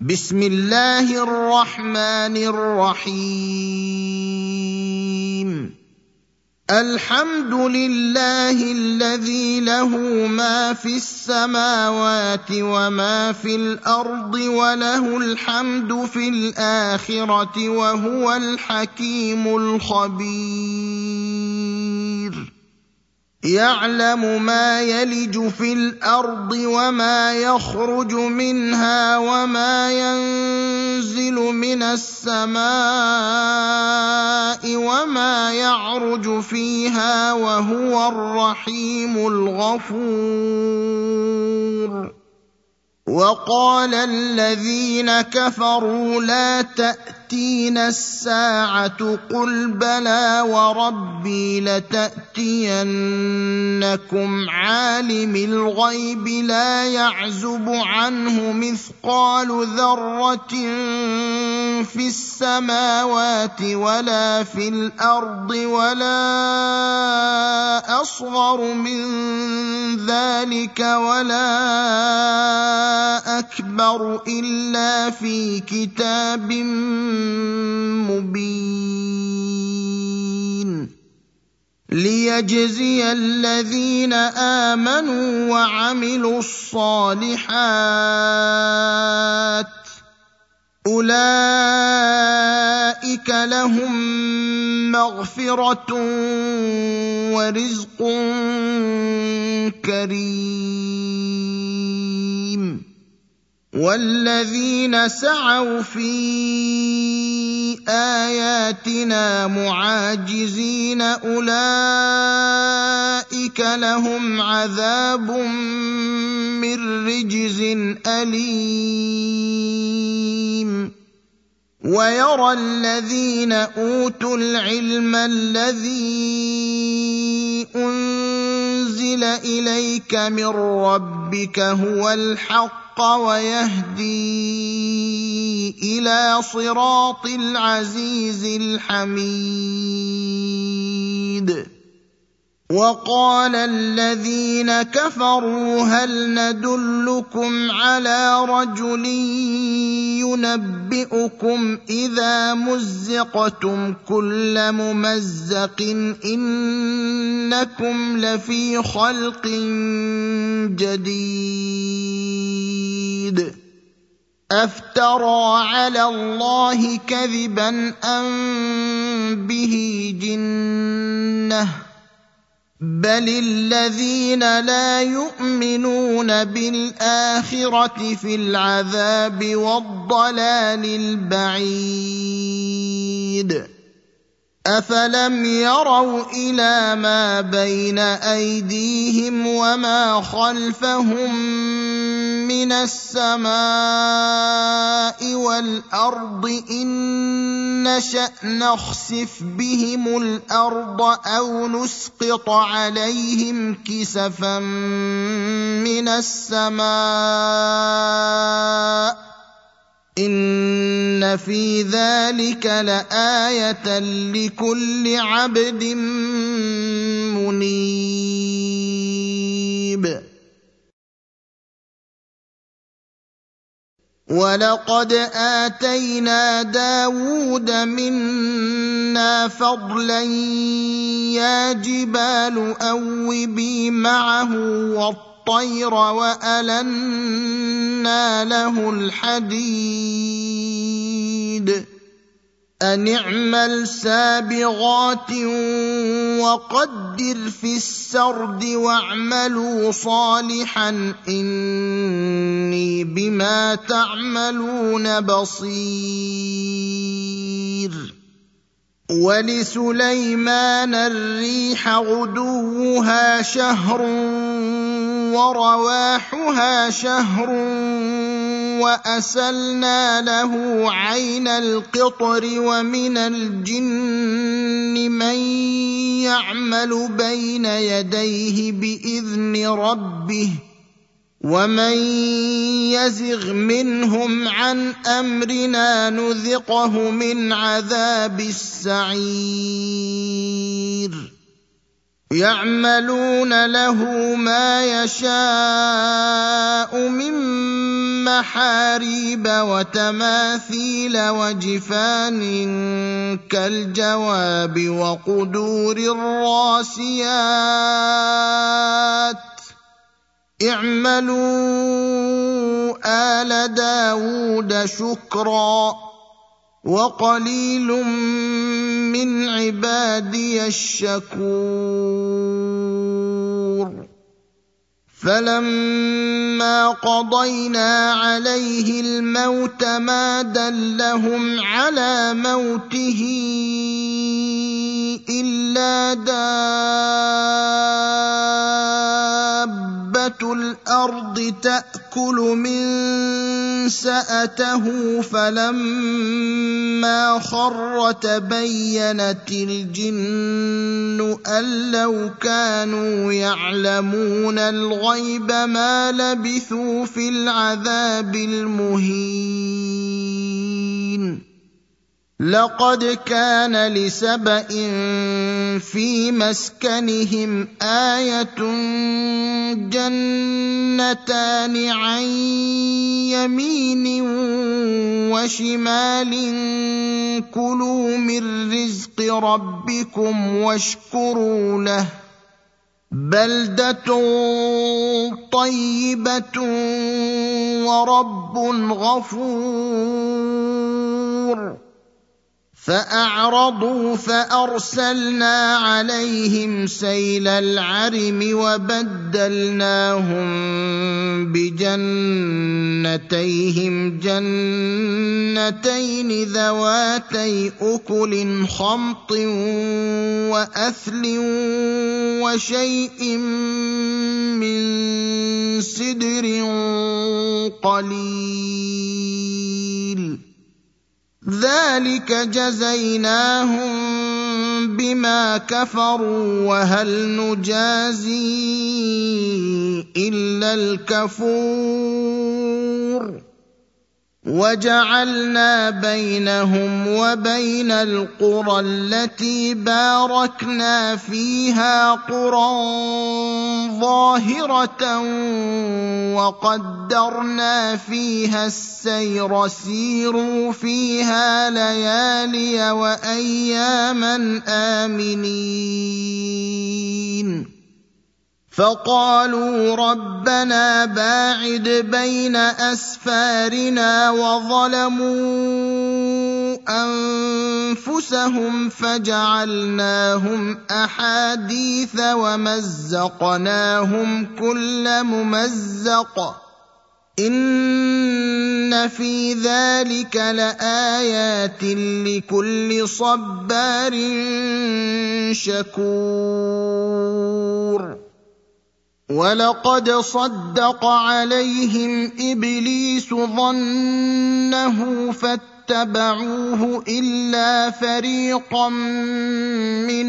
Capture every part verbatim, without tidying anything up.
بسم الله الرحمن الرحيم الحمد لله الذي له ما في السماوات وما في الأرض وله الحمد في الآخرة وهو الحكيم الخبير يعلم ما يلج في الأرض وما يخرج منها وما ينزل من السماء وما يعرج فيها وهو الرحيم الغفور وقال الذين كفروا لا تأتينا الساعة قل بلى وربي لتأتينكم عالم الغيب لا يعزب عنه مثقال ذرة في السماوات ولا في الأرض ولا أصغر من ذلك ولا أكبر إلا في كتاب مبين ليجزي الذين آمنوا وعملوا الصالحات أولئك لهم مغفرة ورزق كريم والذين سعوا في آياتنا معاجزين أولئك لهم عذاب من رجز أليم ويرى الذين أوتوا العلم الذي أنزل إليك من ربك هو الحق ويهدي إلى صراط العزيز الحميد وقال الذين كفروا هل ندلكم على رجل ينبئكم إذا مزقتم كل ممزق إنكم لفي خلق جديد أفترى على الله كذبا أم به جنة بل الذين لا يؤمنون بالآخرة في العذاب والضلال البعيد أفلم يروا إلى ما بين أيديهم وما خلفهم من السماء والأرض إن نشأ نخسف بهم الأرض أو نسقط عليهم كسفا من السماء إن في ذلك لآية لكل عبد منيب ولقد آتينا داود منا فضلا يا جبال أوبي معه والطير وألنا له الحديد أن اعمل سابغات وقدر في السرد واعملوا صالحا إني بما تعملون بصير ولسليمان الريح غدوها شهر ورواحها شهر وأسلنا له عين القطر ومن الجن من يعمل بين يديه بإذن ربه ومن يزغ منهم عن أمرنا نذقه من عذاب السعير يعملون له ما يشاء من محاريب وتماثيل وجفان كالجواب وقدور الراسيات اعملوا آل داود شكرا وقليل من عبادي الشكور فلما قضينا عليه الموت ما دلهم على موته إلا دابة الأرض تأكل من سأته فلما خر تبينت الجن أن لو كانوا يعلمون الغيب ما لبثوا في العذاب المهين لقد كان لسبإ في مسكنهم آية جنتان عن يمين وشمال كلوا من رزق ربكم واشكروا له بلدة طيبة ورب غفور فأعرضوا فأرسلنا عليهم سيل العرم وبدلناهم بجنتيهم جنتين ذواتي أكل خمط وأثل وشيء من سدر قليل ذلك جزيناهم بما كفروا وهل نجازي إلا الكفور وجعلنا بينهم وبين القرى التي باركنا فيها قرى ظاهرة وقدرنا فيها السير سيروا فيها ليالي وأياما آمنين فقالوا ربنا باعد بين أسفارنا وظلموا أنفسهم فجعلناهم أحاديث ومزقناهم كل ممزق إن في ذلك لآيات لكل صبار شكور ولقد صدق عليهم إبليس ظنه فاتبعوه إلا فريقا من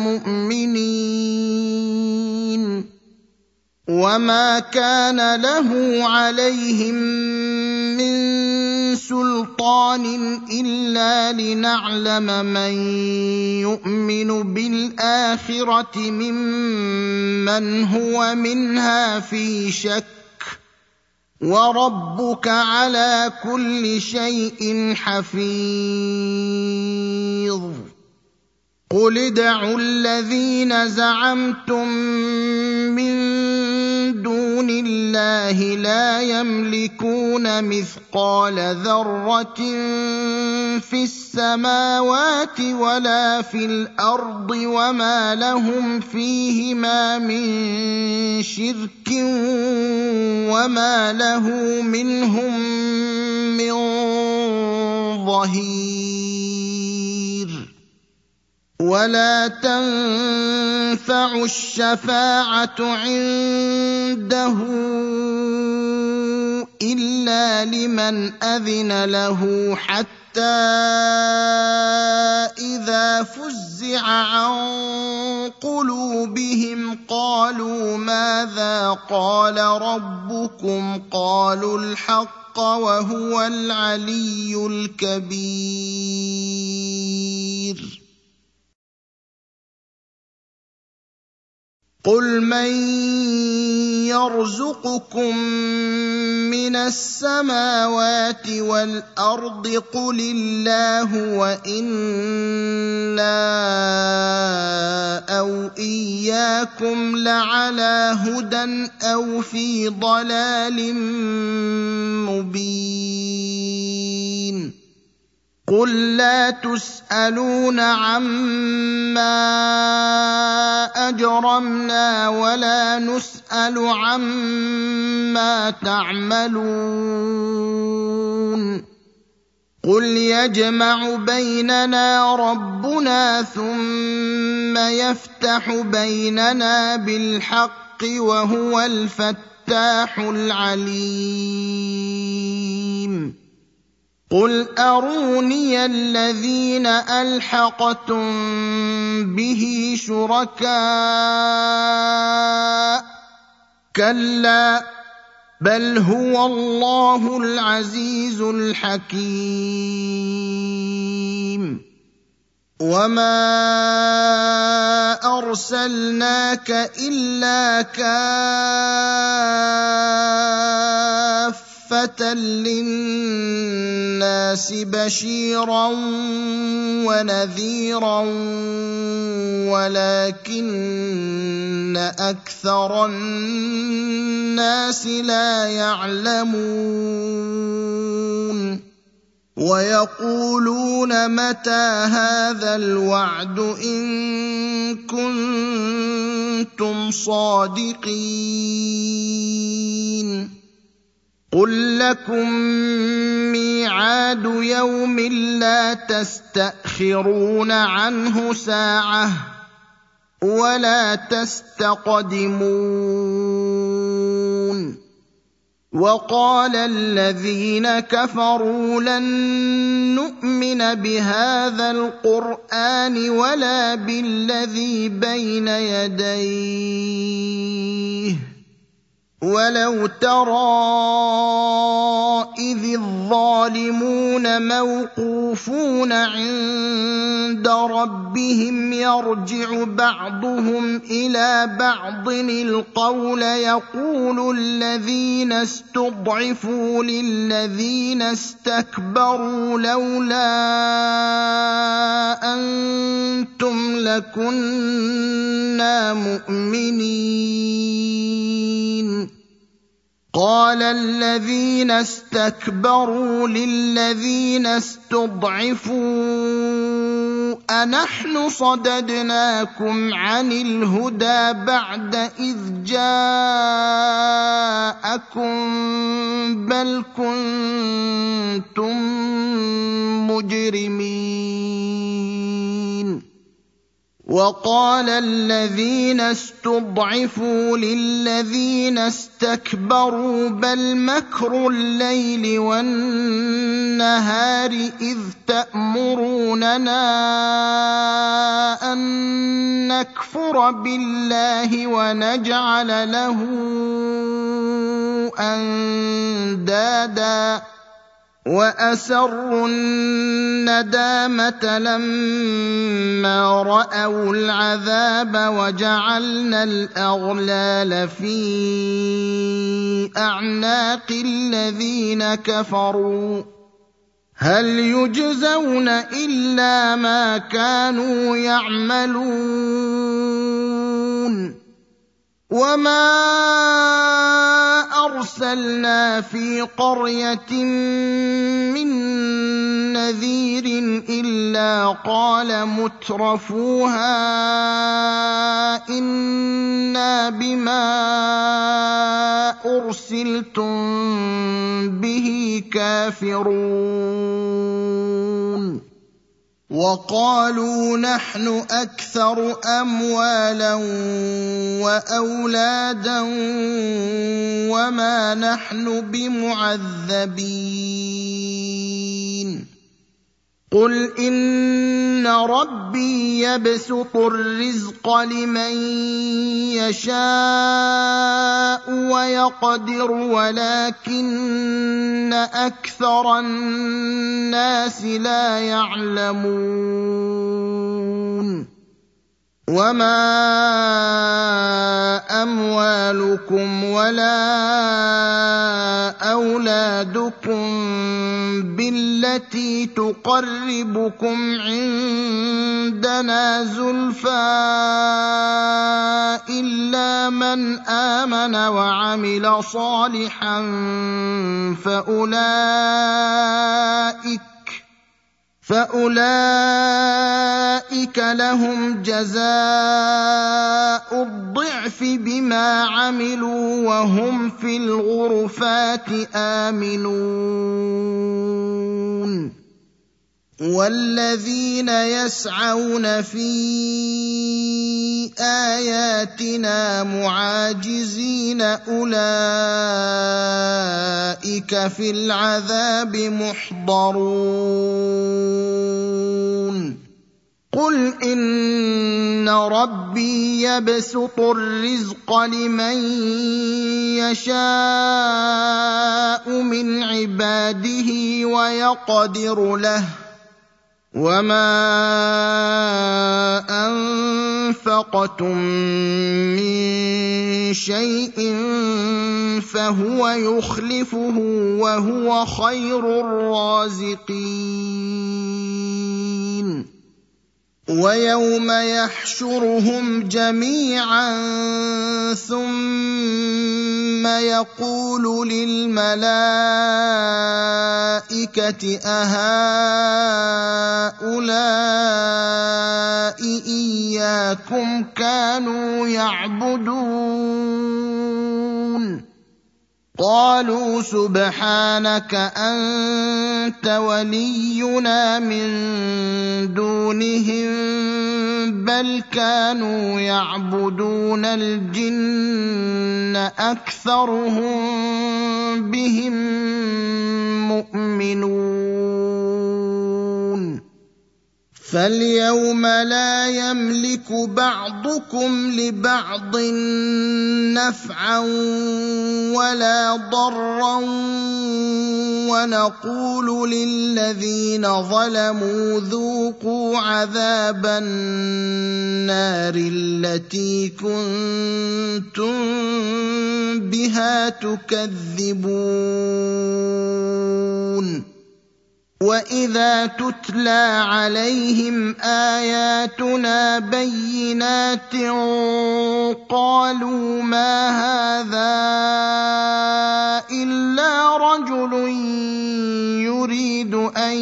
المؤمنين وما كان له عليهم من سلطان إلا لنعلم من يؤمن بالآخرة ممن هو منها في شك وربك على كل شيء حفيظ قل ادعوا الذين زعمتم من دون الله لا يملكون مثقال ذرة في السماوات ولا في الأرض وما لهم فيهما من شرك وما له منهم من ظهير ولا تنفع الشفاعة عنده إلا لمن أذن له حتى إذا فزع عن قلوبهم قالوا ماذا قال ربكم قالوا الحق وهو العلي الكبير قل من يرزقكم من السماوات والارض قل الله وإنا او اياكم لعلى هدى او في ضلال مبين قل لا تسألون عما أجرمنا ولا نسأل عما تعملون قل يجمع بيننا ربنا ثم يفتح بيننا بالحق وهو الفتاح العليم قل أروني الذين ألحقتم به شركاء كلا بل هو الله العزيز الحكيم وما أرسلناك إلا كافة للناس بشيرا ونذيرا ولكن أكثر الناس لا يعلمون ويقولون متى هذا الوعد إن كنتم صادقين قل لكم ميعاد يوم لا تستأخرون عنه ساعة ولا تستقدمون وقال الذين كفروا لن نؤمن بهذا القرآن ولا بالذي بين يديه ولو ترى إذ الظالمون موقوفون عند ربهم يرجع بعضهم إلى بعض القول يقول الذين استضعفوا للذين استكبروا لولا أنتم لكنا مؤمنين قال الذين استكبروا للذين استضعفوا أنحن صددناكم عن الهدى بعد إذ جاءكم بل كنتم مجرمين وقال الذين استضعفوا للذين استكبروا بل مكر الليل والنهار إذ تأمروننا أن نكفر بالله ونجعل له أندادا وأسروا الندامة لما رأوا العذاب وجعلنا الأغلال في أعناق الذين كفروا هل يجزون إلا ما كانوا يعملون وما أرسلنا في قرية من نذير إلا قال مترفوها إنا بما أرسلتم به كافرون وقالوا نحن أكثر أموالا وأولادا وما نحن بمعذبين قل إن ربي يبسط الرزق لمن يشاء ويقدر ولكن أكثر الناس لا يعلمون وما أموالكم ولا أولادكم بالتي تقربكم عندنا زلفى إلا من آمن وعمل صالحا فأولئك فأولئك لهم جزاء الضعف بما عملوا وهم في الغرفات آمنون والذين يسعون في آياتنا معاجزين أولئك في العذاب محضرون قل إن ربي يبسط الرزق لمن يشاء من عباده ويقدر له وما أنفقتم من شيء فهو يخلفه وهو خير الرازقين ويوم يحشرهم جميعا ثم يقول للملائكة أهؤلاء إياكم كانوا يعبدون قالوا سبحانك أنت ولينا من دونهم بل كانوا يعبدون الجن أكثرهم بهم مؤمنون فاليوم لا يملك بعضكم لبعض نفعا ولا ضرا ونقول للذين ظلموا ذوقوا عذاب النار التي كنتم بها تكذبون وإذا تتلى عليهم آياتنا بينات قالوا ما هذا إلا رجل يريد أن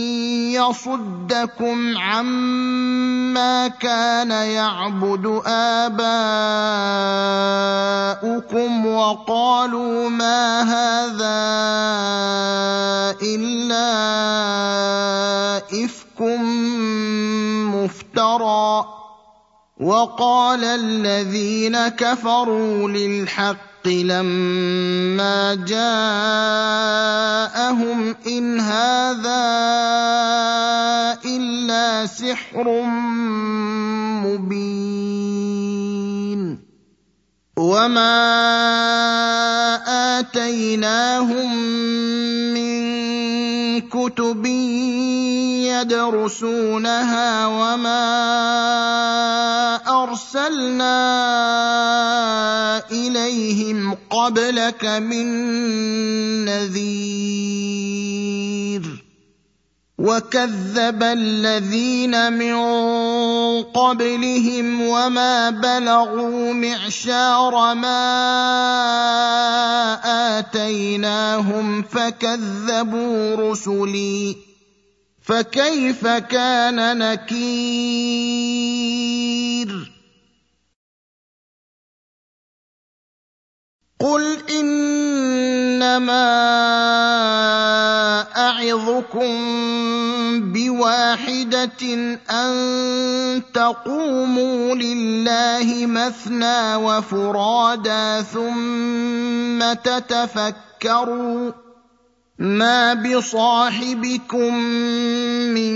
يصدكم عما كان يعبد آباؤكم وقالوا ما هذا إلا إفك مفترى وقال الذين كفروا للحق لما جاءهم إن هذا إلا سحر مبين وما آتيناهم من كتب يدرسونها وما أرسلنا إليهم قبلك من نذير وكذب الذين من قبلهم وما بلغوا معشار ما آتيناهم فكذبوا رسلي فكيف كان نكير قل إنما أعظكم بواحدة أن تقوموا لله مثنى وفرادا ثم تتفكروا ما بصاحبكم من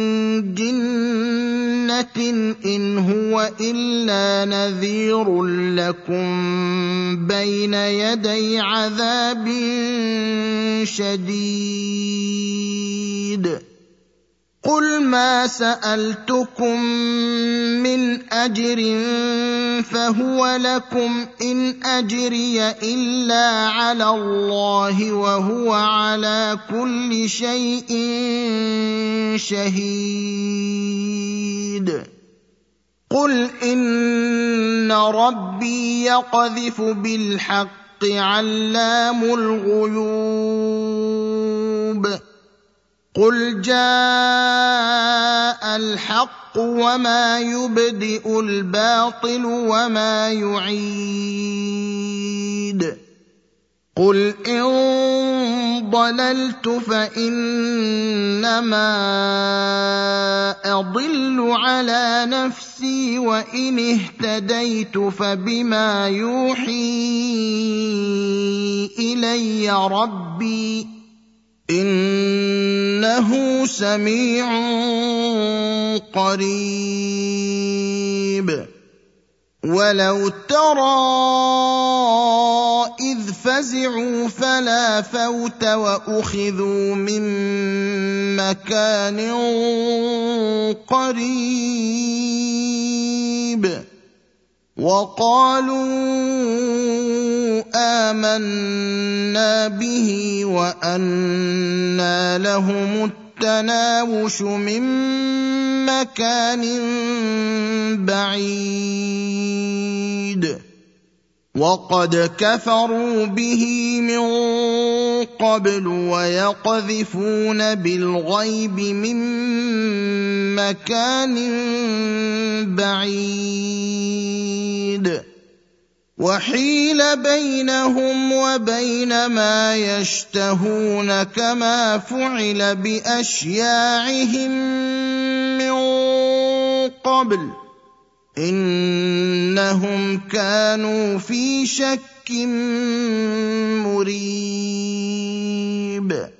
جنة إن هو إلا نذير لكم بين يدي عذاب شديد قل ما سألتكم من أجر فهو لكم إن أجري إلا على الله وهو على كل شيء شهيد قل إن ربي يقذف بالحق علام الغيوب قل جاء الحق وما يبدئ الباطل وما يعيد قل إن ضللت فإنما أضل على نفسي وإن اهتديت فبما يوحي إلي ربي إنه سميع قريب ولو ترى إذ فزعوا فلا فوت وأخذوا من مكان قريب وقالوا آمنا به وأنى لهم التناوش من مكان بعيد وقد كفروا به من قبل ويقذفون بالغيب من مكان بعيد وحيل بينهم وبين ما يشتهون كما فعل بأشياعهم من قبل إنهم كانوا في شك مريب